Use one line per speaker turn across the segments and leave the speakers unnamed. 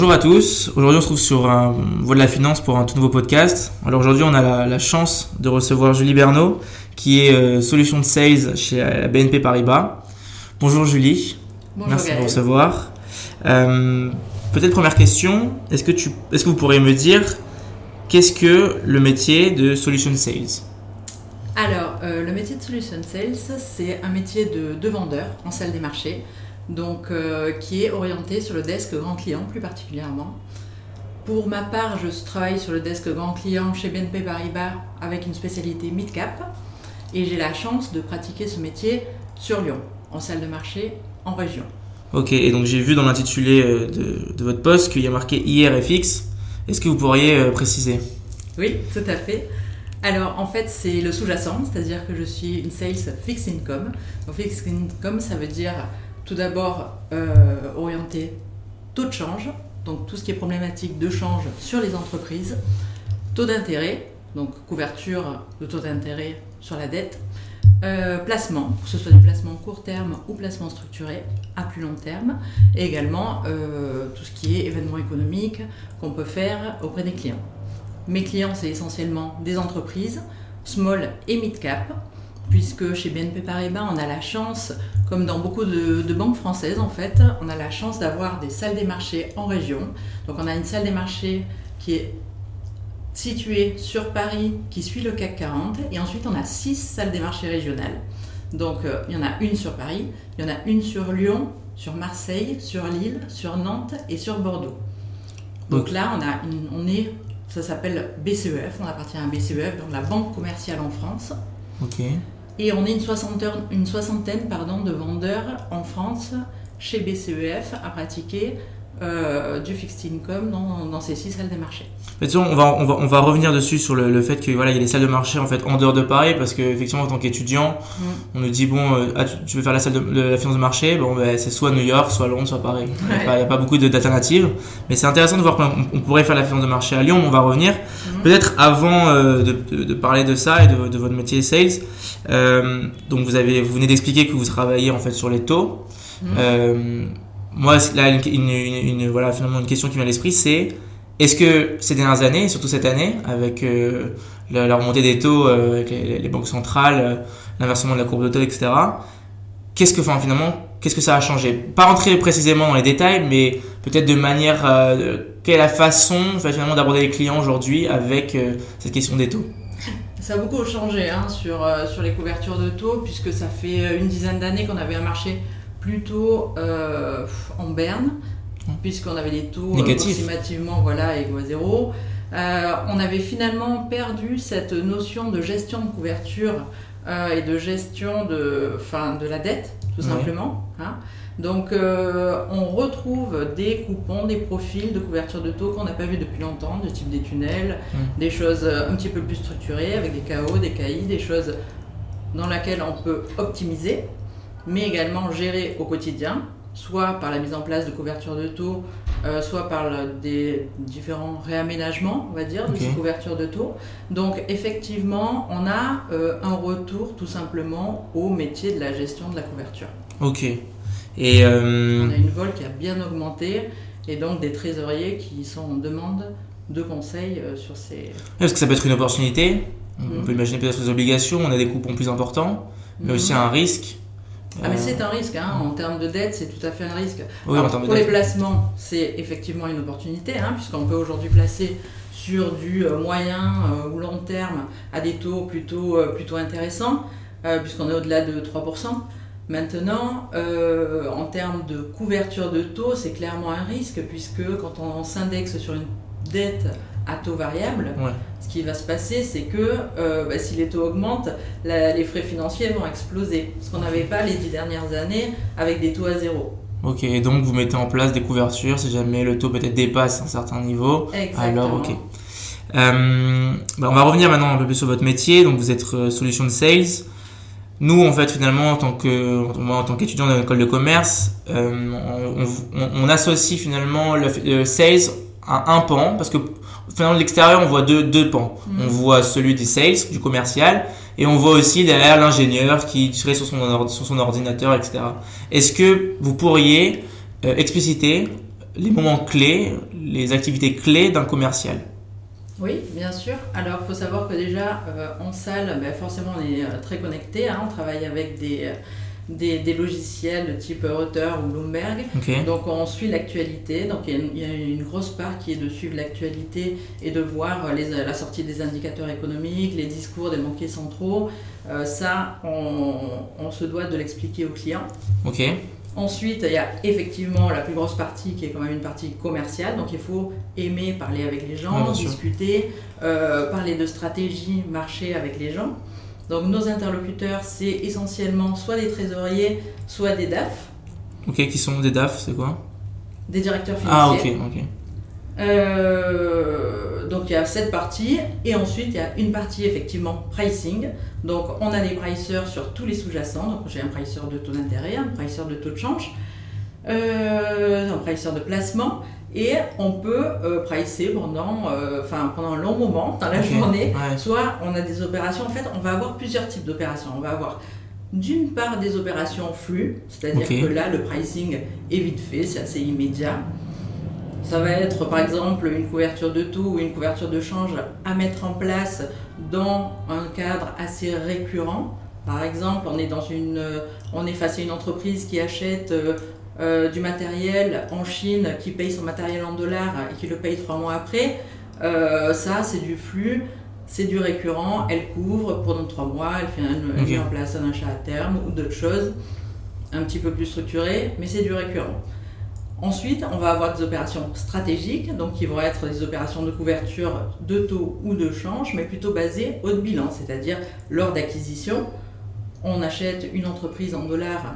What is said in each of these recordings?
Bonjour à tous, aujourd'hui on se trouve sur Voix de la Finance pour un tout nouveau podcast. Alors aujourd'hui on a la chance de recevoir Julie Bernot qui est solution de sales chez la BNP Paribas. Bonjour Julie.
Bonjour
merci
Gaël.
de vous recevoir. Peut-être première question, est-ce que vous pourriez me dire qu'est-ce que le métier de solution sales?
Alors, le métier de Solution Sales, c'est un métier de vendeur en salle des marchés, donc qui est orienté sur le desk grand client plus particulièrement. Pour ma part, je travaille sur le desk grand client chez BNP Paribas avec une spécialité mid-cap et j'ai la chance de pratiquer ce métier sur Lyon, en salle de marché, en région.
Ok, et donc j'ai vu dans l'intitulé de votre poste qu'il y a marqué IRFX. Est-ce que vous pourriez préciser?
Oui, tout à fait. Alors en fait c'est le sous-jacent, c'est-à-dire que je suis une sales fixed income. Donc fixed income ça veut dire tout d'abord orienté taux de change, donc tout ce qui est problématique de change sur les entreprises, taux d'intérêt, donc couverture de taux d'intérêt sur la dette, placement, que ce soit du placement court terme ou placement structuré à plus long terme, et également tout ce qui est événements économiques qu'on peut faire auprès des clients. Mes clients, c'est essentiellement des entreprises, small et mid-cap, puisque chez BNP Paribas, on a la chance, comme dans beaucoup de banques françaises en fait, on a la chance d'avoir des salles des marchés en région. Donc on a une salle des marchés qui est située sur Paris, qui suit le CAC 40, et ensuite on a 6 salles des marchés régionales. Donc il y en a une sur Paris, il y en a une sur Lyon, sur Marseille, sur Lille, sur Nantes et sur Bordeaux. Donc là, ça s'appelle BCEF, on appartient à BCEF, donc la Banque commerciale en France.
Ok.
Et on est une soixantaine de vendeurs en France chez BCEF à pratiquer du fixed income dans ces 6 salles des marchés.
De toute façon, on va revenir dessus sur le fait que voilà, il y a des salles de marché en fait en dehors de Paris, parce que effectivement en tant qu'étudiant, on nous dit tu veux faire la salle de la finance de marché, c'est soit New York, soit Londres, soit Paris. Il n'y a pas beaucoup d'alternatives, mais c'est intéressant de voir qu'on pourrait faire la finance de marché à Lyon, mais on va revenir. Peut-être avant de parler de ça et de votre métier sales, donc vous venez d'expliquer que vous travaillez en fait sur les taux. Moi là finalement une question qui vient à l'esprit, c'est est-ce que ces dernières années, surtout cette année, avec la remontée des taux, avec les banques centrales, l'inversement de la courbe de taux, etc., qu'est-ce que ça a changé? Pas rentrer précisément dans les détails, mais peut-être de manière, quelle est la façon finalement d'aborder les clients aujourd'hui avec cette question des taux?
Ça a beaucoup changé sur les couvertures de taux, puisque ça fait une dizaine d'années qu'on avait un marché plutôt en berne, puisqu'on avait des taux approximativement égaux à zéro. On avait finalement perdu cette notion de gestion de couverture et de gestion de la dette, tout simplement. Donc on retrouve des coupons, des profils de couverture de taux qu'on n'a pas vu depuis longtemps, de type des tunnels, des choses un petit peu plus structurées, avec des KO, des KI, des choses dans lesquelles on peut optimiser, mais également gérer au quotidien, soit par la mise en place de couvertures de taux, soit par des différents réaménagements, on va dire, de ces couvertures de taux. Donc effectivement, on a un retour tout simplement au métier de la gestion de la couverture.
Ok. Et
on a une vol qui a bien augmenté, et donc des trésoriers qui sont en demande de conseils sur ces...
Parce que ça peut être une opportunité, on peut imaginer peut-être les obligations, on a des coupons plus importants, mais aussi un risque.
Mais c'est un risque, en termes de dette, c'est tout à fait un risque.
Oui,
alors, pour les placements, c'est effectivement une opportunité, puisqu'on peut aujourd'hui placer sur du moyen ou long terme à des taux plutôt intéressants, puisqu'on est au-delà de 3%. Maintenant, en termes de couverture de taux, c'est clairement un risque, puisque quand on s'indexe sur une dette à taux variable, ce qui va se passer, c'est que si les taux augmentent, les frais financiers vont exploser. Ce qu'on n'avait pas les 10 dernières années avec des taux à zéro.
Ok, et donc vous mettez en place des couvertures si jamais le taux peut-être dépasse un certain niveau.
Exactement.
Alors, ok. On va revenir maintenant un peu plus sur votre métier. Donc vous êtes solution de sales. Nous, en fait, finalement, en tant qu'étudiant dans l'école de commerce, on associe finalement le sales à un pan, parce que finalement de l'extérieur on voit deux pans. On voit celui des sales, du commercial, et on voit aussi derrière l'ingénieur qui serait sur son ordinateur, etc. Est-ce que vous pourriez expliciter les moments clés, les activités clés d'un commercial.
Oui, bien sûr. Alors, il faut savoir que déjà, en salle, forcément, on est très connecté. On travaille avec des logiciels de type Reuters ou Bloomberg.
Okay.
Donc, on suit l'actualité. Donc, il y a une grosse part qui est de suivre l'actualité et de voir la sortie des indicateurs économiques, les discours des banquiers centraux. Ça, on se doit de l'expliquer aux clients.
Ok.
Ensuite, il y a effectivement la plus grosse partie qui est quand même une partie commerciale. Donc, il faut aimer parler avec les gens, discuter, parler de stratégie, marché avec les gens. Donc, nos interlocuteurs, c'est essentiellement soit des trésoriers, soit des DAF.
Ok, qui sont des DAF, c'est quoi?
Des directeurs financiers.
Ah, ok.
Donc il y a cette partie et ensuite il y a une partie effectivement pricing. Donc on a des pricers sur tous les sous-jacents. Donc j'ai un pricer de taux d'intérêt, un pricer de taux de change, un pricer de placement et on peut pricer pendant un long moment dans la journée.
Ouais.
Soit on a des opérations, en fait on va avoir plusieurs types d'opérations. On va avoir d'une part des opérations flux, c'est-à-dire que là le pricing est vite fait, c'est assez immédiat. Ça va être par exemple une couverture de taux ou une couverture de change à mettre en place dans un cadre assez récurrent. Par exemple, on est face à une entreprise qui achète du matériel en Chine, qui paye son matériel en dollars et qui le paye 3 mois après. Ça, c'est du flux, c'est du récurrent. Elle couvre pendant 3 mois, elle met en place un achat à terme ou d'autres choses un petit peu plus structurées, mais c'est du récurrent. Ensuite, on va avoir des opérations stratégiques, donc qui vont être des opérations de couverture de taux ou de change, mais plutôt basées au bilan, c'est-à-dire lors d'acquisition, on achète une entreprise en dollars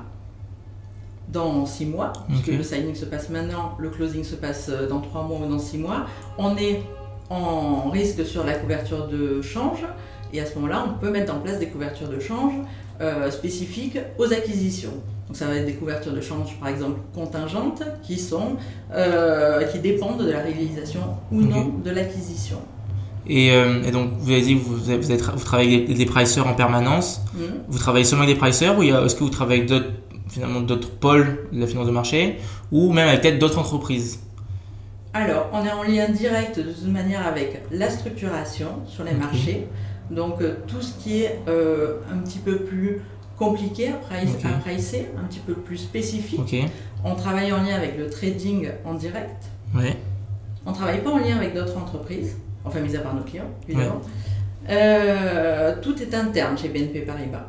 dans 6 mois, puisque le signing se passe maintenant, le closing se passe dans 3 mois ou dans 6 mois. On est en risque sur la couverture de change, et à ce moment-là, on peut mettre en place des couvertures de change spécifiques aux acquisitions. Donc ça va être des couvertures de change, par exemple, contingentes, qui dépendent de la réalisation ou non de l'acquisition.
Et donc, vous avez dit que vous travaillez avec des pricers en permanence. Vous travaillez seulement avec des pricers ou est-ce que vous travaillez avec d'autres pôles de la finance de marché ou même avec peut-être d'autres entreprises?
Alors, on est en lien direct de toute manière avec la structuration sur les marchés. Donc, tout ce qui est un petit peu plus compliqué à pricer, un petit peu plus spécifique. On travaille en lien avec le trading en direct. On ne travaille pas en lien avec d'autres entreprises, enfin mis à part nos clients, évidemment. Tout est interne chez BNP Paribas.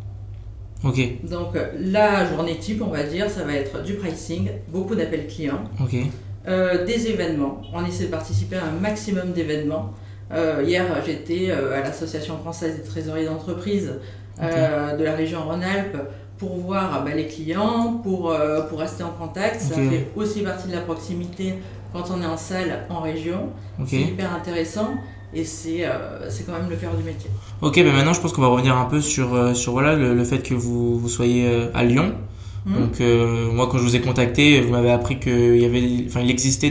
Donc la journée type, on va dire, ça va être du pricing, beaucoup d'appels clients, des événements. On essaie de participer à un maximum d'événements. Hier, j'étais à l'Association française des trésoriers d'entreprise de la région Rhône-Alpes pour voir les clients, pour rester en contact. Ça fait aussi partie de la proximité quand on est en salle en région. C'est hyper intéressant et c'est quand même le cœur du métier.
Maintenant je pense qu'on va revenir un peu sur le fait que vous soyez à Lyon. Donc moi quand je vous ai contacté, vous m'avez appris il existait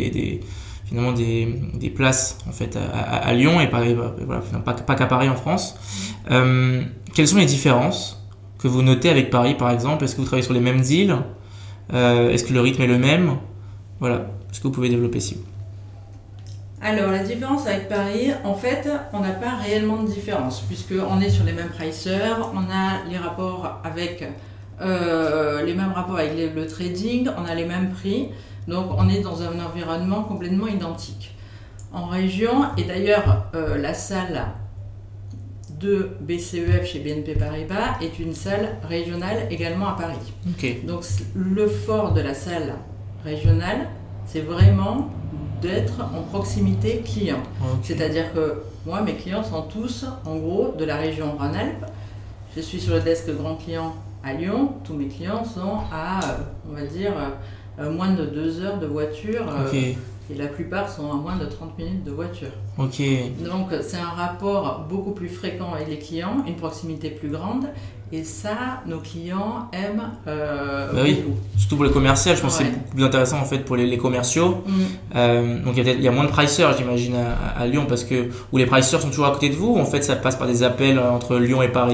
des places en fait à Lyon et pas qu'à Paris en France. Quelles sont les différences que vous notez avec Paris par exemple? Est-ce que vous travaillez sur les mêmes deals? Est-ce que le rythme est le même? Voilà, est-ce que vous pouvez développer si vous?
Alors la différence avec Paris, en fait, on n'a pas réellement de différence puisqu'on est sur les mêmes pricers, on a les rapports avec les mêmes rapports avec le trading, on a les mêmes prix. Donc on est dans un environnement complètement identique. En région, et d'ailleurs la salle de BCEF chez BNP Paribas est une salle régionale également à Paris. Donc le fort de la salle régionale, c'est vraiment d'être en proximité client. C'est-à-dire que moi, mes clients sont tous en gros de la région Rhône-Alpes. Je suis sur le desk grand client à Lyon. Tous mes clients sont à, on va dire, moins de 2 heures de voiture et la plupart sont à moins de 30 minutes de voiture. Donc c'est un rapport beaucoup plus fréquent avec les clients, une proximité plus grande et ça, nos clients aiment beaucoup.
Surtout pour les commerciaux, je pense que c'est beaucoup plus intéressant en fait pour les commerciaux. Donc il y a moins de pricers j'imagine à Lyon où les pricers sont toujours à côté de vous ou en fait ça passe par des appels entre Lyon et Paris?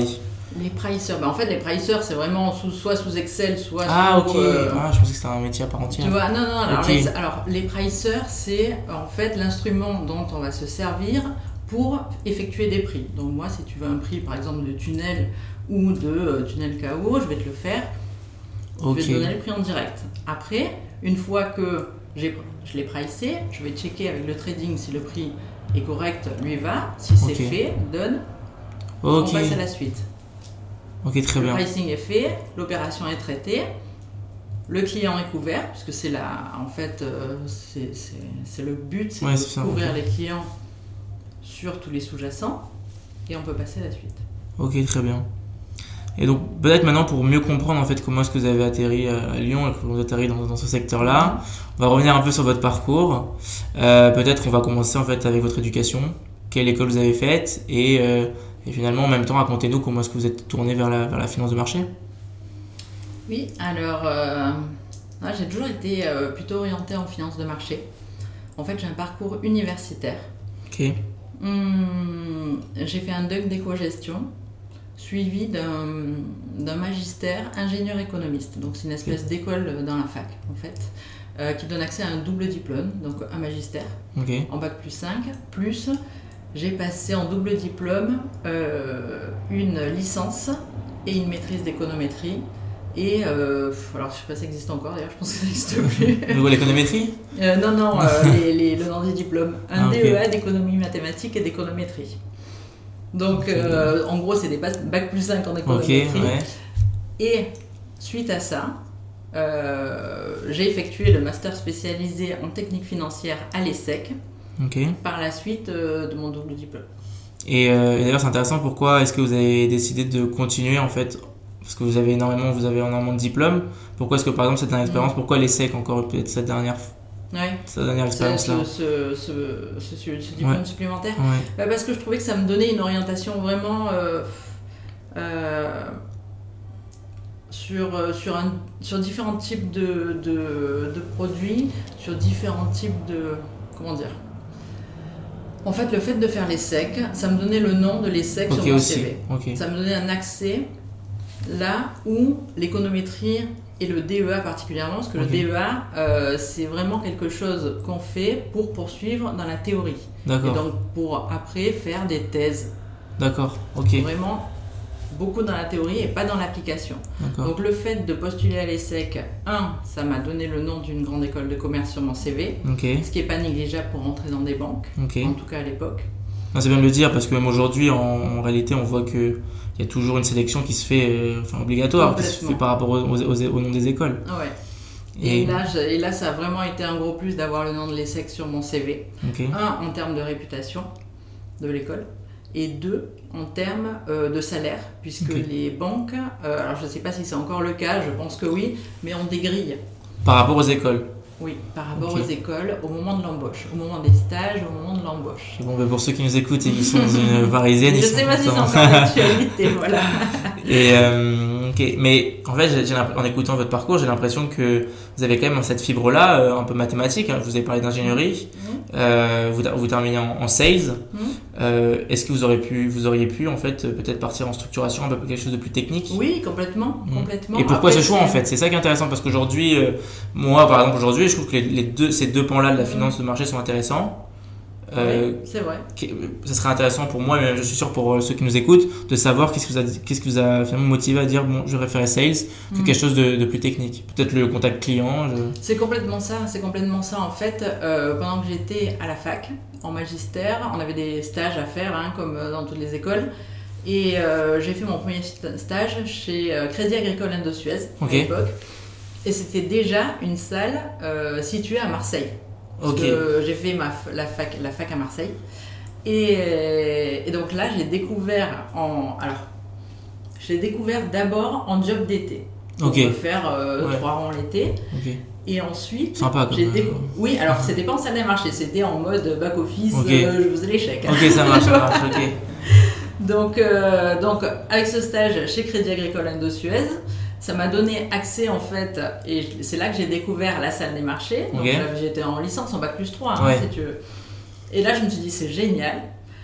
Les pricers, en fait les pricers c'est vraiment soit sous Excel, soit
ok. Je pensais que c'était un métier à part entière.
Tu vois, non,
Okay.
alors les pricers c'est en fait l'instrument dont on va se servir pour effectuer des prix. Donc moi si tu veux un prix par exemple de tunnel ou de tunnel KO, je vais te le faire. Je vais te donner le prix en direct. Après, une fois que je l'ai pricé, je vais checker avec le trading si le prix est correct, lui va. Si c'est fait, donne. On passe à la suite.
Ok, très bien.
Le pricing est fait, l'opération est traitée, le client est couvert, puisque c'est en fait, c'est le but, c'est de couvrir les clients sur tous les sous-jacents, et on peut passer à la suite.
Ok, très bien. Et donc peut-être maintenant pour mieux comprendre en fait comment est-ce que vous avez atterri à Lyon et que vous avez atterri dans ce secteur-là, on va revenir un peu sur votre parcours. Peut-être on va commencer en fait avec votre éducation, quelle école vous avez faite et finalement en même temps racontez-nous comment est-ce que vous êtes tourné vers la finance de marché.
Oui, alors j'ai toujours été plutôt orientée en finance de marché. En fait j'ai un parcours universitaire.
Ok.
J'ai fait un DUC d'éco-gestion suivi d'un magistère ingénieur économiste. Donc c'est une espèce d'école dans la fac en fait, qui donne accès à un double diplôme, donc un magistère en bac plus 5, plus j'ai passé en double diplôme une licence et une maîtrise d'économétrie. Et alors je sais pas si ça existe encore d'ailleurs, je pense que ça n'existe plus.
L'économétrie
Non, le nom des diplômes. Un DEA d'économie mathématique et d'économétrie. Donc en gros c'est des bac plus 5 en économétrie. Et suite à ça, j'ai effectué le master spécialisé en technique financière à l'ESSEC par la suite de mon double diplôme.
Et d'ailleurs c'est intéressant, pourquoi est-ce que vous avez décidé de continuer en fait, parce que vous avez énormément de diplômes, pourquoi est-ce que par exemple cette dernière expérience, pourquoi l'ESSEC encore peut-être cette dernière expérience là
ce diplôme supplémentaire parce que je trouvais que ça me donnait une orientation vraiment sur différents types de produits, sur différents types de... Comment dire ? En fait, le fait de faire l'ESSEC, ça me donnait le nom de l'ESSEC sur mon CV. Ça me donnait un accès là où l'économétrie et le DEA particulièrement, parce que le DEA, c'est vraiment quelque chose qu'on fait pour poursuivre dans la théorie.
D'accord.
Et donc pour après faire des thèses.
D'accord,
Vraiment beaucoup dans la théorie et pas dans l'application. Donc le fait de postuler à l'ESSEC, ça m'a donné le nom d'une grande école de commerce sur mon CV, ce qui n'est pas négligeable pour rentrer dans des banques, en tout cas à l'époque.
C'est bien de le dire parce que même aujourd'hui, en réalité, on voit qu'il y a toujours une sélection qui se fait obligatoire, qui se fait par rapport au nom des écoles. Et
là, ça a vraiment été un gros plus d'avoir le nom de l'ESSEC sur mon CV. En termes de réputation de l'école. Et 2, en termes de salaire, puisque les banques, alors je ne sais pas si c'est encore le cas, je pense que oui, mais ont des grilles.
Par rapport aux écoles.
Oui, par rapport aux écoles, au moment de l'embauche, au moment des stages, au moment de l'embauche.
Bon, pour ceux qui nous écoutent et qui sont dans une parisienne,
je ne sais pas si c'est encore l'actualité, voilà.
Mais en fait, en écoutant votre parcours, j'ai l'impression que vous avez quand même cette fibre-là, un peu mathématique. Vous avez parlé d'ingénierie, vous terminez en sales. Est-ce que vous auriez pu en fait peut-être partir en structuration, un peu quelque chose de plus technique?
Oui, complètement.
Et pourquoi ce choix en fait? C'est ça qui est intéressant, parce qu'aujourd'hui, moi par exemple je trouve que ces deux pans-là de la finance de marché sont intéressants.
C'est vrai.
Ça serait intéressant pour moi, mais je suis sûr pour ceux qui nous écoutent, de savoir qu'est-ce qui vous a finalement motivé à dire bon, je vais faire sales que quelque chose de plus technique. Peut-être le contact client.
C'est complètement ça. En fait, pendant que j'étais à la fac, en magistère, on avait des stages à faire, comme dans toutes les écoles. Et j'ai fait mon premier stage chez Crédit Agricole Indo-Suez à l'époque. Et c'était déjà une salle située à Marseille. J'ai fait la fac à Marseille. Et donc là, j'ai découvert d'abord en job d'été. On peut faire 3 rangs l'été. Et ensuite,
sympa,
oui, alors c'était pas en salle des marchés, c'était en mode back office, je faisais les chèques.
Ça marche.
Donc avec ce stage chez Crédit Agricole Indo-Suez, ça m'a donné accès en fait, et c'est là que j'ai découvert la salle des marchés. Donc j'étais en licence en bac plus 3, si tu veux. Et là je me suis dit c'est génial.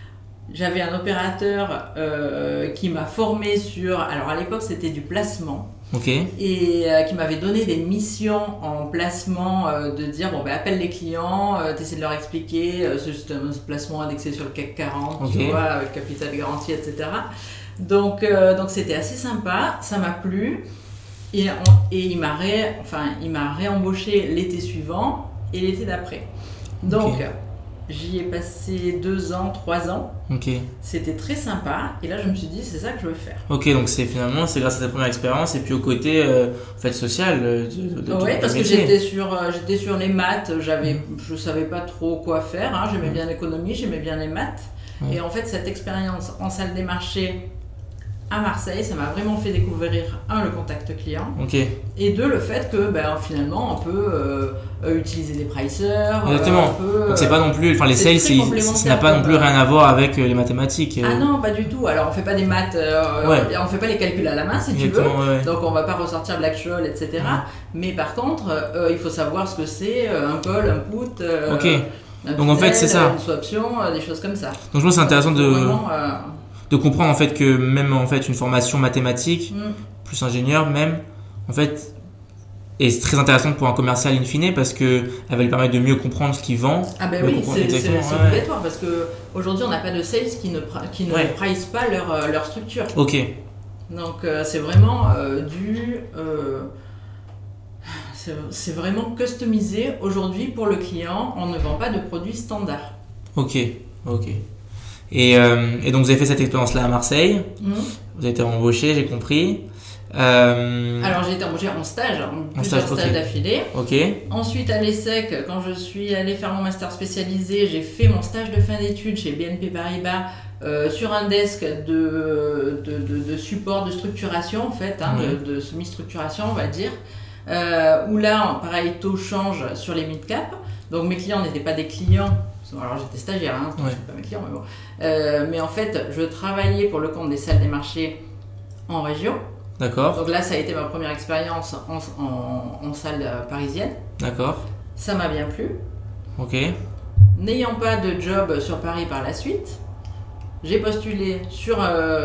J'avais un opérateur qui m'a formé sur... Alors à l'époque c'était du placement.
Ok.
Et qui m'avait donné des missions en placement de dire bon ben appelle les clients, t'essaies de leur expliquer, c'est juste un placement indexé sur le CAC 40,
Ok.
tu vois, avec capital garanti, etc. Donc c'était assez sympa, ça m'a plu. Et il m'a réembauché l'été suivant et l'été d'après. Donc
Ok.
j'y ai passé 2 ans, 3 ans.
Ok.
C'était très sympa. Et là je me suis dit c'est ça que je veux faire.
Ok, donc c'est grâce à ta première expérience et puis au côté en fait, social de
Oui,
ton
parce que
métier.
j'étais sur les maths, je savais pas trop quoi faire, hein. J'aimais bien l'économie, j'aimais bien les maths.
Ouais.
Et en fait, cette expérience en salle des marchés à Marseille, ça m'a vraiment fait découvrir, un, le contact client,
Ok.
et deux, le fait que finalement, on peut utiliser des pricers.
Exactement. Donc c'est pas non plus, enfin les
c'est
sales,
très complémentaire
ça n'a pas non
comme,
plus rien à voir avec les mathématiques.
Ah non, pas du tout. Alors, on fait pas des maths,
Ouais.
on fait pas les calculs à la main, si tu veux.
Exactement, ouais.
Donc on va pas ressortir Black-Scholes, etc.
Ouais.
Mais par contre, il faut savoir ce que c'est un call, un put,
Ok.
un
Donc, en fait,
tunnel,
c'est ça.
une swaption, des choses comme ça.
Donc je pense que c'est intéressant
Vraiment,
de comprendre en fait que même en fait une formation mathématique,
mm.
plus ingénieur même, en fait, est très intéressante pour un commercial in fine parce que elle va lui permettre de mieux comprendre ce qu'il vend.
Ah ben
mieux
oui,
comprendre
c'est
exactement, ouais.
obligatoire parce que aujourd'hui on n'a pas de sales qui ne
Ouais.
price pas leur structure.
Ok.
Donc c'est vraiment c'est vraiment customisé aujourd'hui pour le client. On ne vend pas de produits standards.
Ok. Ok. Et donc vous avez fait cette expérience-là à Marseille.
Mm.
Vous avez été embauché, j'ai compris.
Alors j'ai été embauchée en stage, plusieurs
stage, ok.
stages d'affilée.
Ok.
Ensuite à l'ESSEC, quand je suis allée faire mon master spécialisé, j'ai fait mon stage de fin d'études chez BNP Paribas sur un desk de support de structuration en fait, hein,
Ouais.
de semi-structuration on va dire, où là pareil taux change sur les mid-cap, donc mes clients n'étaient pas des clients, alors j'étais stagiaire, hein, donc
Ouais.
c'est pas mes clients mais bon, mais en fait je travaillais pour le compte des salles des marchés en région.
D'accord.
Donc là, ça a été ma première expérience en salle parisienne.
D'accord.
Ça m'a bien plu.
Ok.
N'ayant pas de job sur Paris par la suite, j'ai postulé sur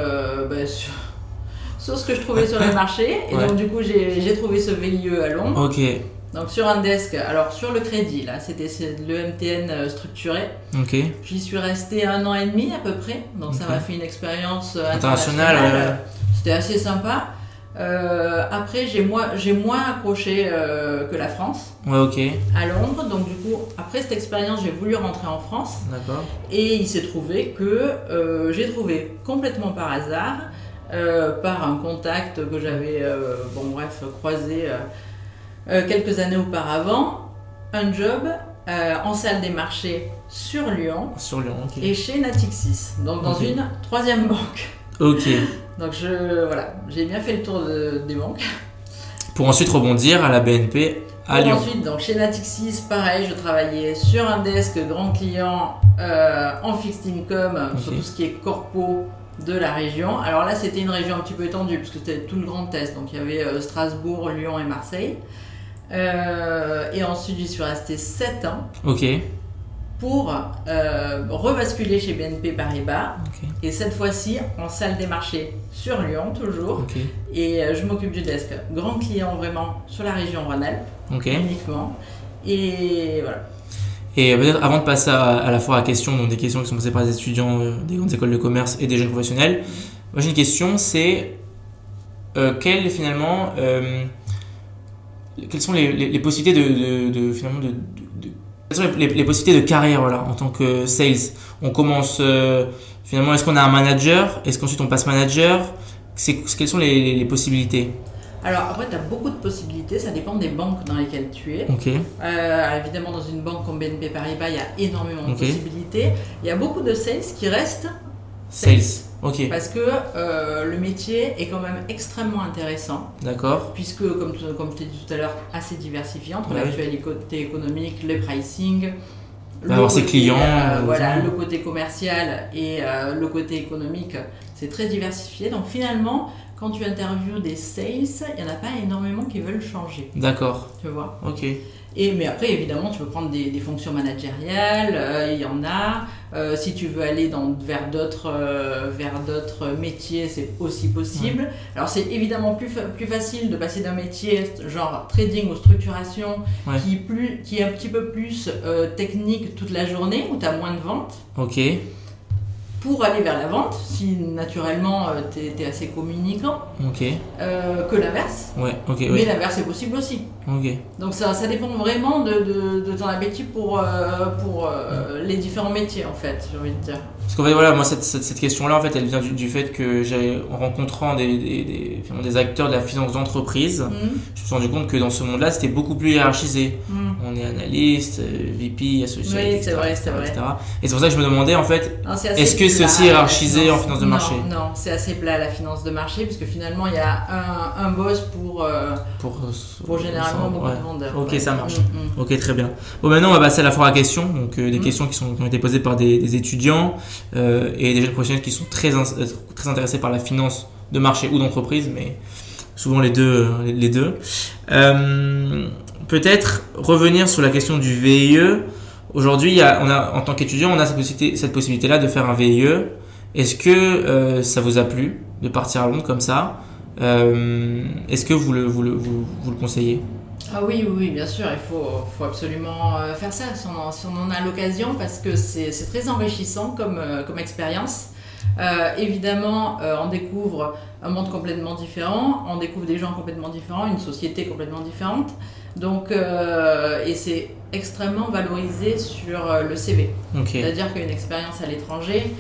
ce que je trouvais sur le marché. Et
Ouais.
donc du coup, j'ai trouvé ce VIE à Londres.
Ok.
Donc sur un desk, alors sur le crédit, là, c'est le MTN structuré.
Ok.
J'y suis restée 1 an et demi à peu près. Donc ça
Ok.
m'a fait une expérience
Internationale,
internationale. C'était assez sympa. Après, j'ai moins accroché que la France
Ouais, ok.
à Londres. Donc du coup, après cette expérience, j'ai voulu rentrer en France.
D'accord.
Et il s'est trouvé que j'ai trouvé complètement par hasard, par un contact que j'avais croisé quelques années auparavant, un job en salle des marchés sur Lyon
Sur Lyon, ok.
et chez Natixis, donc dans
Ok.
une troisième banque.
Ok.
Donc j'ai bien fait le tour des banques.
Pour ensuite rebondir à la BNP à Lyon.
Ensuite, donc chez Natixis, pareil, je travaillais sur un desk grand client en fixed income,
Ok.
sur tout ce qui est corpo de la région. Alors là, c'était une région un petit peu étendue, puisque c'était tout le Grand Est. Donc il y avait Strasbourg, Lyon et Marseille. Et ensuite, j'y suis restée 7 ans
Ok.
pour rebasculer chez BNP Paribas.
Ok.
Et cette fois-ci, en salle des marchés sur Lyon, toujours.
Ok.
Et je m'occupe du desk grand client vraiment sur la région Rhône-Alpes,
Ok.
uniquement. Et voilà.
Et peut-être avant de passer à la fois à questions, donc des questions qui sont posées par des étudiants des grandes écoles de commerce et des jeunes professionnels, moi j'ai une question, c'est quelles sont les possibilités quelles sont les possibilités de carrière voilà, en tant que sales. On commence finalement, est-ce qu'on a un manager, est-ce qu'ensuite on passe manager, quelles sont les possibilités?
Alors après, tu as beaucoup de possibilités, ça dépend des banques dans lesquelles tu es.
Ok.
Évidemment, dans une banque comme BNP Paribas, il y a énormément de
Ok.
possibilités. Il y a beaucoup de sales qui restent
Sales. Ok.
parce que le métier est quand même extrêmement intéressant,
D'accord.
puisque, comme je t'ai dit tout à l'heure, assez diversifié entre
Ouais.
l'actualité économique, le pricing,
va avoir ses clients,
voilà,
ouais.
le côté commercial et le côté économique, c'est très diversifié. Donc finalement, quand tu interviews des sales, il n'y en a pas énormément qui veulent changer,
D'accord.
tu vois.
Ok.
Mais après, évidemment, tu peux prendre des fonctions managériales, il y en a. Si tu veux aller vers d'autres métiers, c'est aussi possible. Alors, c'est évidemment plus facile de passer d'un métier genre trading ou structuration qui est un petit peu plus technique toute la journée, où tu as moins de ventes.
Ok.
Pour aller vers la vente, si naturellement tu es assez communicant, que l'inverse. Mais l'inverse est possible aussi. Donc ça dépend vraiment de ton appétit pour les différents métiers, en fait, j'ai envie de dire.
Parce qu'en fait, voilà, moi, cette question-là, en fait, elle vient du fait que en rencontrant des acteurs de la finance d'entreprise, je me suis rendu compte que dans ce monde-là, c'était beaucoup plus hiérarchisé. On est analyste, VP, associé, etc.
C'est vrai.
Et c'est pour ça que je me demandais, en fait, est-ce que c'est aussi hiérarchisé en finance de marché?
Non, c'est assez plat la finance de marché, puisque finalement, il y a un boss pour généralement beaucoup de vendeurs.
Ok, ça marche. Ok, très bien. Bon, maintenant, on va passer à la foire à questions. Donc, des questions qui ont été posées par des étudiants et des jeunes professionnels qui sont très intéressés par la finance de marché ou d'entreprise, mais souvent les deux. Peut-être revenir sur la question du VIE. Aujourd'hui, en tant qu'étudiant, on a cette possibilité-là de faire un VIE. Est-ce que ça vous a plu de partir à Londres comme ça? Est-ce que vous le conseillez?
Ah oui, bien sûr, il faut absolument faire ça si on en a l'occasion, parce que c'est très enrichissant comme expérience. Évidemment, on découvre un monde complètement différent, on découvre des gens complètement différents, une société complètement différente. Donc, et c'est extrêmement valorisé sur le CV. C'est-à-dire qu'une expérience à l'étranger,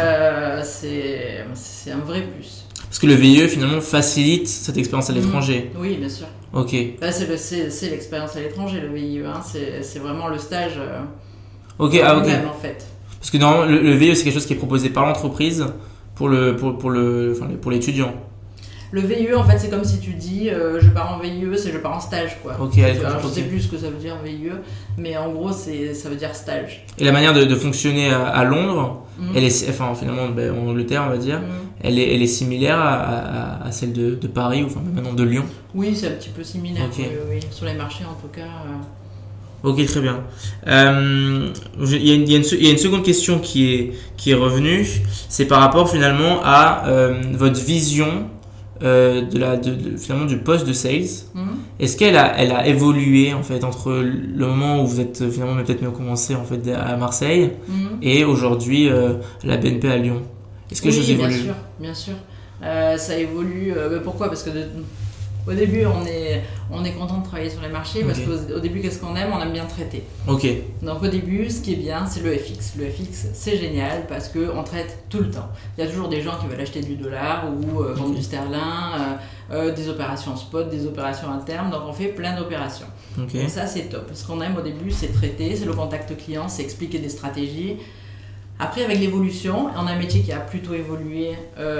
c'est un vrai plus.
Parce que le VIE finalement facilite cette expérience à l'étranger.
Oui, bien sûr. C'est l'expérience à l'étranger, le VIE. C'est vraiment le stage même, en fait.
Parce que normalement, le VIE, c'est quelque chose qui est proposé par l'entreprise pour l'étudiant.
Le VIE, en fait, c'est comme si tu dis je pars en VIE, c'est je pars en stage, quoi. Alors, je sais plus ce que ça veut dire VIE, mais en gros, ça veut dire stage.
Et la manière de fonctionner à Londres, elle est, finalement, en Angleterre, on va dire, elle est similaire à celle de Paris, ou même maintenant de Lyon.
Oui, c'est un petit peu similaire, oui. Sur les marchés, en tout cas.
Ok, très bien. Il y a une seconde question qui est revenue, c'est par rapport finalement à votre vision finalement du poste de sales. Est-ce qu'elle a évolué en fait entre le moment où vous êtes finalement peut-être mieux commencé en fait à Marseille et aujourd'hui la BNP à Lyon? Est-ce que ça évolue?
Bien sûr. Ça évolue. Pourquoi? Parce que au début, on est content de travailler sur les marchés, parce qu'au début, qu'est-ce qu'on aime? On aime bien traiter. Donc au début, ce qui est bien, c'est le FX. Le FX, c'est génial parce qu'on traite tout le temps. Il y a toujours des gens qui veulent acheter du dollar ou vendre du sterling, des opérations spot, des opérations à terme. Donc on fait plein d'opérations. Donc ça, c'est top. Ce qu'on aime au début, c'est traiter, c'est le contact client, c'est expliquer des stratégies. Après, avec l'évolution, on a un métier qui a plutôt évolué,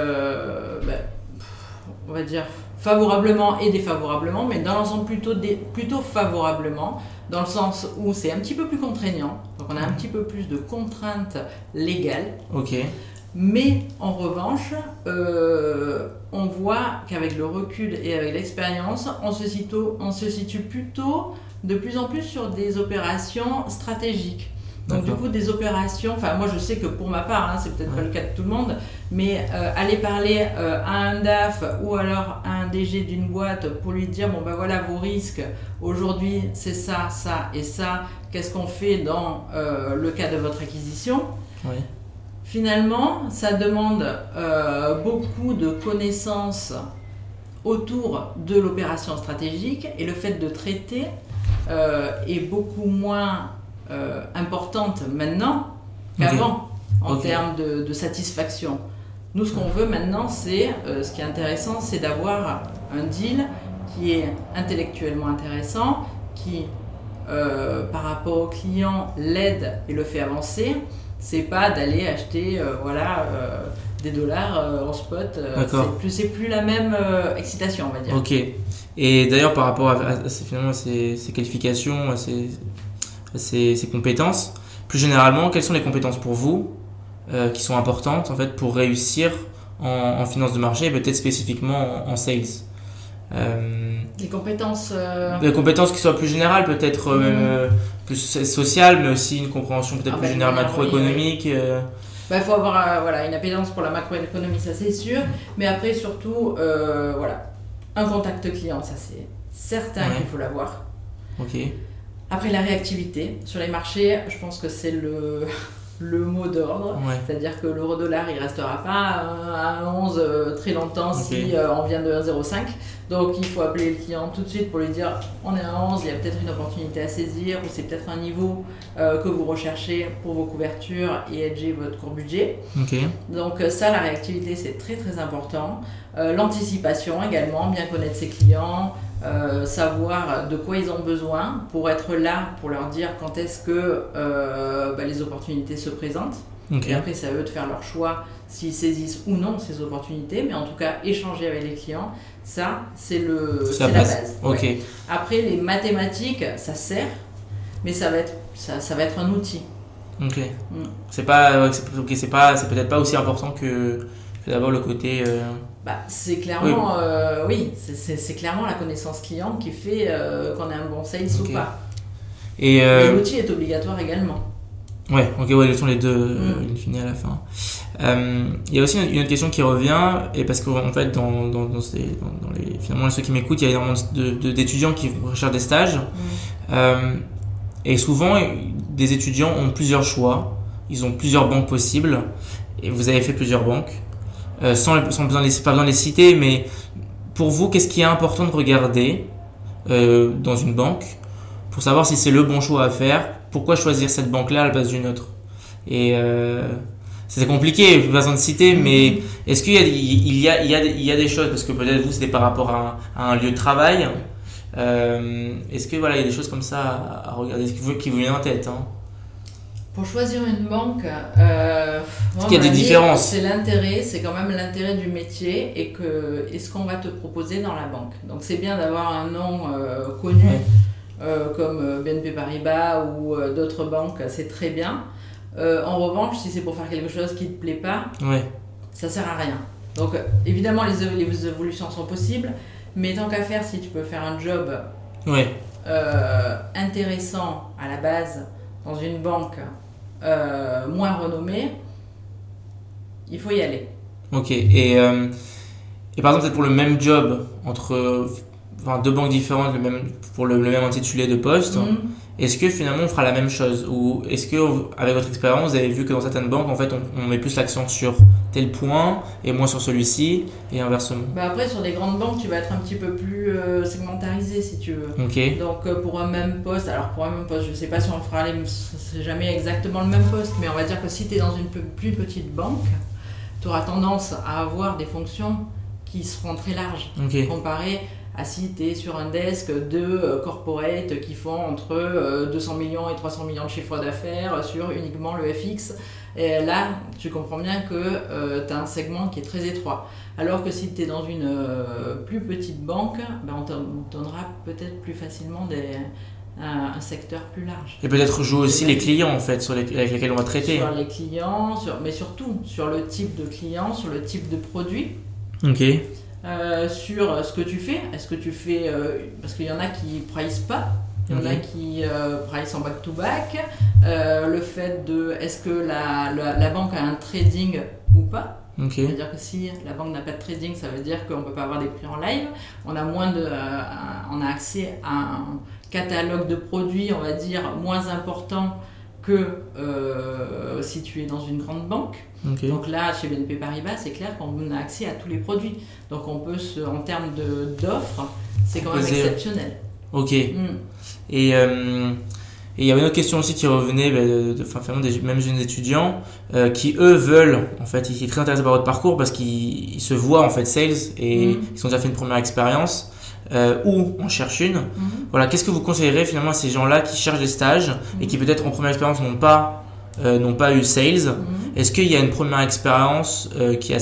on va dire favorablement et défavorablement, mais dans l'ensemble plutôt favorablement, dans le sens où c'est un petit peu plus contraignant, donc on a un petit peu plus de contraintes légales. Mais en revanche, on voit qu'avec le recul et avec l'expérience, on se situe plutôt de plus en plus sur des opérations stratégiques. Donc du coup, des opérations, moi je sais que pour ma part, c'est peut-être pas le cas de tout le monde, mais aller parler à un DAF ou alors à un DG d'une boîte pour lui dire voilà vos risques, aujourd'hui c'est ça, ça et ça, qu'est-ce qu'on fait dans le cas de votre acquisition? Finalement, ça demande beaucoup de connaissances autour de l'opération stratégique, et le fait de traiter est beaucoup moins importante maintenant qu'avant en termes de satisfaction. Nous, ce qu'on veut maintenant, c'est ce qui est intéressant, c'est d'avoir un deal qui est intellectuellement intéressant, qui par rapport au client l'aide et le fait avancer. C'est pas d'aller acheter des dollars en spot. C'est plus la même excitation, on va dire.
Et d'ailleurs, par rapport à finalement ces qualifications, ces compétences, plus généralement, quelles sont les compétences pour vous qui sont importantes en fait pour réussir en finance de marché, et peut-être spécifiquement en sales?
Les compétences.
Des compétences qui soient plus générales, peut-être même plus sociales, mais aussi une compréhension peut-être plus générale macroéconomique.
Il faut avoir une appétence pour la macroéconomie, ça c'est sûr. Mais après, surtout, un contact client, ça c'est certain qu'il faut l'avoir.
Ok.
Après, la réactivité. Sur les marchés, je pense que c'est le mot d'ordre.
Ouais.
C'est-à-dire que l'euro-dollar, il ne restera pas à 11 très longtemps si on vient de 1,05. Donc, il faut appeler le client tout de suite pour lui dire on est à 11, il y a peut-être une opportunité à saisir ou c'est peut-être un niveau que vous recherchez pour vos couvertures et hedger votre court budget.
Okay.
Donc, ça, la réactivité, c'est très très important. L'anticipation également, bien connaître ses clients, savoir de quoi ils ont besoin pour être là, pour leur dire quand est-ce que les opportunités se présentent.
Okay.
Et après, c'est à eux de faire leur choix s'ils saisissent ou non ces opportunités, mais en tout cas, échanger avec les clients, ça, c'est la base.
Okay.
Ouais. Après, les mathématiques, ça sert, mais ça va être un outil.
Ok. C'est peut-être pas aussi important que d'abord le côté.
C'est clairement, c'est clairement la connaissance client qui fait qu'on a un bon sales ou pas.
Et
l'outil est obligatoire également.
Ouais, ils sont les deux in fine à la fin. Il y a aussi une autre question qui revient, et parce qu'en fait, finalement, ceux qui m'écoutent, il y a énormément d'étudiants qui recherchent des stages. Et souvent, des étudiants ont plusieurs choix, ils ont plusieurs banques possibles, et vous avez fait plusieurs banques. Pas besoin de les citer, mais pour vous, qu'est-ce qui est important de regarder dans une banque pour savoir si c'est le bon choix à faire? Pourquoi choisir cette banque-là à la place d'une autre? Et c'est compliqué, pas besoin de citer, mais est-ce qu'il y a des choses, parce que peut-être vous c'était par rapport à un lieu de travail, est-ce que il y a des choses comme ça à regarder qui vous viennent en tête, hein?
Pour choisir une banque,
est-ce qu'il y a des différences?
C'est quand même l'intérêt du métier et ce qu'on va te proposer dans la banque. Donc c'est bien d'avoir un nom connu comme BNP Paribas ou d'autres banques, c'est très bien. En revanche, si c'est pour faire quelque chose qui ne te plaît pas, ça sert à rien. Donc évidemment les évolutions sont possibles, mais tant qu'à faire, si tu peux faire un job intéressant à la base dans une banque moins renommée, il faut y aller.
Ok, et par exemple, peut-être pour le même job entre deux banques différentes, pour le même intitulé de poste, est-ce que finalement on fera la même chose? Ou est-ce que, avec votre expérience, vous avez vu que dans certaines banques, en fait, on met plus l'accent sur tel point et moins sur celui-ci, et inversement?
Après, sur des grandes banques, tu vas être un petit peu plus segmentarisé, si tu veux.
Okay.
Donc, pour un même poste, je ne sais pas si on fera c'est jamais exactement le même poste, mais on va dire que si tu es dans une plus petite banque, tu auras tendance à avoir des fonctions qui seront très larges, comparé à si tu es sur un desk de corporate qui font entre 200 millions et 300 millions de chiffre d'affaires sur uniquement le FX. Et là, tu comprends bien que tu as un segment qui est très étroit. Alors que si tu es dans une plus petite banque, on te donnera peut-être plus facilement un secteur plus large.
Et peut-être jouer aussi les clients en fait, avec lesquels on va traiter.
Sur les clients, mais surtout sur le type de client, sur le type de produit.
Ok.
Sur ce que tu fais, est-ce que tu fais parce qu'il y en a qui price pas, il y en a qui price en back-to-back, le fait de est-ce que la banque a un trading ou pas. C'est-à-dire que si la banque n'a pas de trading, ça veut dire qu'on ne peut pas avoir des prix en live, on a accès à un catalogue de produits, on va dire, moins important que si tu es dans une grande banque. Donc là, chez BNP Paribas, c'est clair qu'on a accès à tous les produits. Donc on peut, en termes d'offres, c'est quand même exceptionnel.
Ok. Et il y avait une autre question aussi qui revenait des mêmes jeunes étudiants qui eux veulent, en fait, ils sont très intéressés par votre parcours parce qu'ils se voient en fait sales et ils ont déjà fait une première expérience ou en cherchent une. Voilà, qu'est-ce que vous conseillerez finalement à ces gens-là qui cherchent des stages et qui peut-être en première expérience n'ont pas eu sales? Est-ce qu'il y a une première expérience qui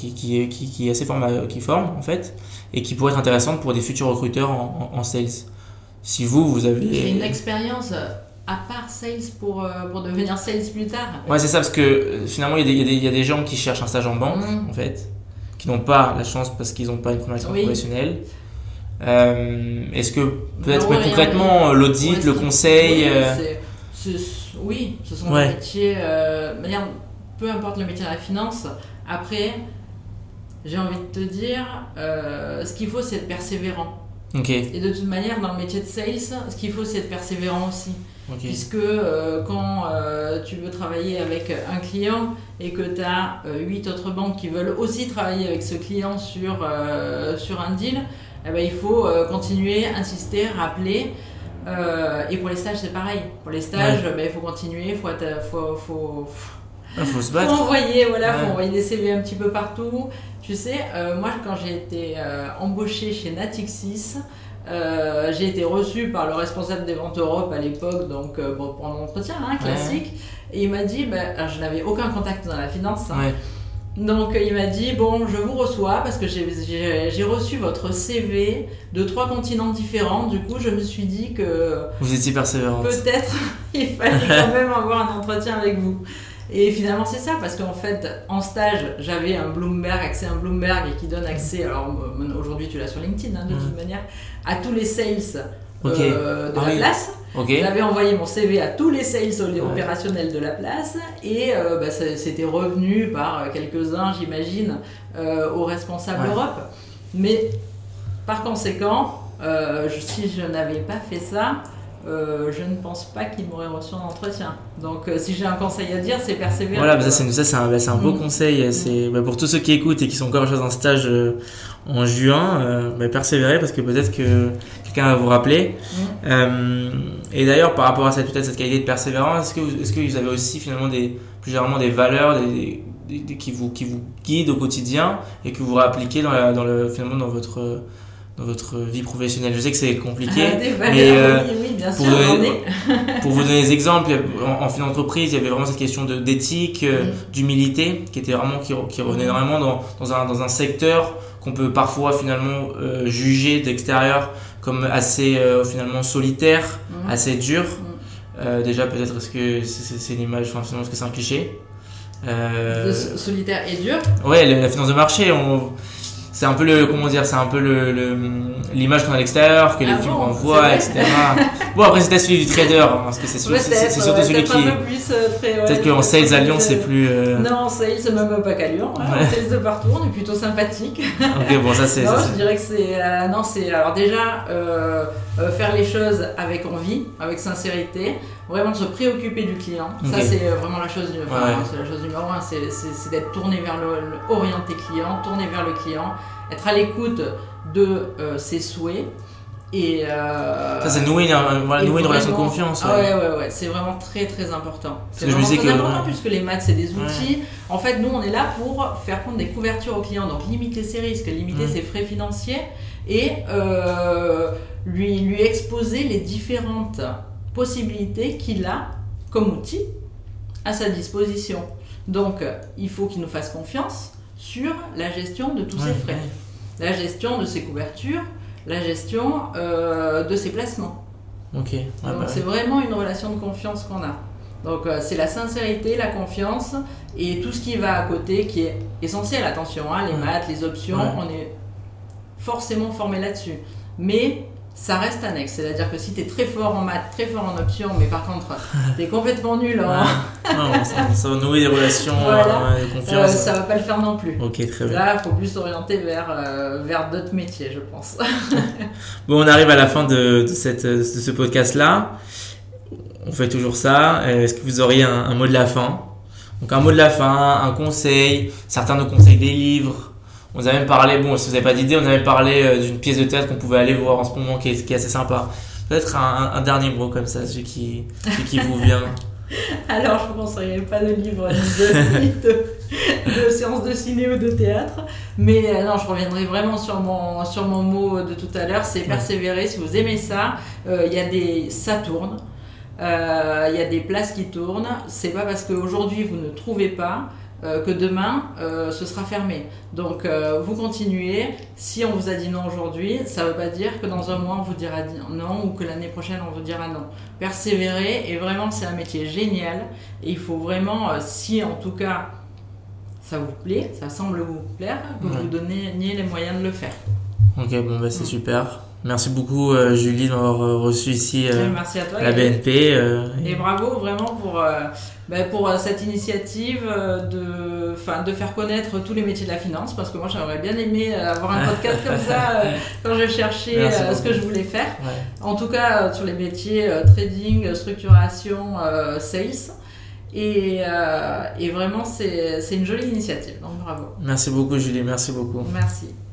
forme en fait et qui pourrait être intéressante pour des futurs recruteurs en sales? Si vous avez...
J'ai une expérience à part sales pour devenir sales plus tard.
Ouais, c'est ça, parce que finalement il y a des gens qui cherchent un stage en banque en fait, qui n'ont pas la chance parce qu'ils n'ont pas une première expérience professionnelle. Est-ce que peut-être mais concrètement l'audit, le conseil
oui, ce sont des métiers. Peu importe le métier de la finance. Après, j'ai envie de te dire, ce qu'il faut, c'est être persévérant.
Okay.
Et de toute manière, dans le métier de sales, ce qu'il faut, c'est être persévérant aussi.
Okay.
Puisque quand tu veux travailler avec un client et que tu as 8 autres banques qui veulent aussi travailler avec ce client sur un deal, eh ben, il faut continuer, insister, rappeler. Et pour les stages, c'est pareil. Pour les stages, il faut continuer, faut
se battre.
Faut envoyer des CV un petit peu partout. Tu sais, moi, quand j'ai été embauchée chez Natixis, j'ai été reçue par le responsable des ventes Europe à l'époque, donc pour un entretien classique. Et il m'a dit, alors, je n'avais aucun contact dans la finance. Donc il m'a dit, bon, je vous reçois parce que j'ai reçu votre CV de 3 continents différents. Du coup, je me suis dit que
vous étiez persévérante.
Peut-être il fallait quand même avoir un entretien avec vous. Et finalement, c'est ça, parce qu'en fait, en stage, j'avais accès à un Bloomberg et qui donne accès, alors aujourd'hui tu l'as sur LinkedIn, de toute manière, à tous les sales de la place. J'avais envoyé mon CV à tous les sales opérationnels de la place et c'était revenu par quelques-uns, j'imagine, aux responsables Europe. Mais par conséquent, si je n'avais pas fait ça, je ne pense pas qu'il m'aurait reçu en entretien. Donc si j'ai un conseil à dire, c'est persévérer.
Voilà, c'est un beau conseil. C'est pour tous ceux qui écoutent et qui sont encore en stage en juin, persévérer parce que peut-être que quelqu'un va vous rappeler. Et d'ailleurs, par rapport à cette qualité de persévérance, est-ce que vous avez aussi finalement plus généralement des valeurs qui vous guident au quotidien et que vous appliquez finalement dans votre vie professionnelle? Je sais que c'est compliqué, mais
oui, bien sûr,
pour vous donner des exemples, en finance d'entreprise, il y avait vraiment cette question d'éthique, d'humilité, qui revenait vraiment dans un secteur qu'on peut parfois finalement juger d'extérieur comme assez finalement solitaire, assez dur. Déjà peut-être est-ce que c'est une image, finalement est-ce que c'est un cliché
solitaire et dur.
Ouais, la finance de marché, c'est un peu l'image qu'on a à l'extérieur, que les films renvoient, etc. Bon, après c'était celui du trader, parce que c'est surtout celui qui. Peut-être qu'en sales à Lyon c'est plus.
Non, en sales c'est même pas qu'à Lyon. En sales de partout, on est plutôt sympathique.
Ok, bon, ça c'est.
Non, je dirais que c'est. Alors déjà, faire les choses avec envie, avec sincérité, vraiment se préoccuper du client. Ça c'est vraiment la chose c'est la chose numéro 1, c'est d'être tourné vers orienté client, tourné vers le client, être à l'écoute de ses souhaits et
ça c'est nouer une relation de confiance.
Ouais, c'est vraiment très très important. C'est vraiment très important puisque les maths c'est des outils. En fait, nous on est là pour faire prendre des couvertures au client, donc limiter ses risques, limiter ses frais financiers et lui exposer les différentes possibilités qu'il a comme outil à sa disposition. Donc, il faut qu'il nous fasse confiance sur la gestion de tous ses frais, la gestion de ses couvertures, la gestion de ses placements. Donc, c'est vraiment une relation de confiance qu'on a. Donc, c'est la sincérité, la confiance et tout ce qui va à côté qui est essentiel. Attention, les maths, les options, on est forcément formé là-dessus. Mais ça reste annexe, c'est-à-dire que si tu es très fort en maths, très fort en options, mais par contre tu es complètement nul
ça va nouer des relations de confiance.
Ça va pas le faire non plus.
Ok, très bien.
Là, il faut plus s'orienter vers d'autres métiers, je pense.
Bon, on arrive à la fin de ce podcast-là. On fait toujours ça. Est-ce que vous auriez un mot de la fin? Donc un mot de la fin, un conseil, certains nous conseillent des livres. On nous a même parlé, si vous n'avez pas d'idée, on a même parlé d'une pièce de théâtre qu'on pouvait aller voir en ce moment qui est assez sympa. Peut-être un dernier mot comme ça, celui qui vous vient.
Alors, je ne conseillerais pas de livre ni de séance de ciné ou de théâtre. Mais non, je reviendrai vraiment sur mon mot de tout à l'heure, c'est persévérer. Si vous aimez ça, ça tourne. Il y a des places qui tournent. C'est pas parce qu'aujourd'hui vous ne trouvez pas que demain ce sera fermé. Donc vous continuez. Si on vous a dit non aujourd'hui, ça ne veut pas dire que dans un mois on vous dira non ou que l'année prochaine on vous dira non. Persévérer, et vraiment c'est un métier génial et il faut vraiment, si en tout cas ça vous plaît, ça semble vous plaire, que vous donniez les moyens de le faire.
Ok, bon c'est super. Merci beaucoup Julie de m'avoir reçu ici
merci à toi,
la BNP.
Et bravo vraiment pour cette initiative de faire connaître tous les métiers de la finance, parce que moi j'aurais bien aimé avoir un podcast comme ça quand je cherchais ce que je voulais faire. Ouais. En tout cas sur les métiers trading, structuration, sales. Et vraiment c'est une jolie initiative, donc bravo.
Merci beaucoup Julie, merci beaucoup.
Merci.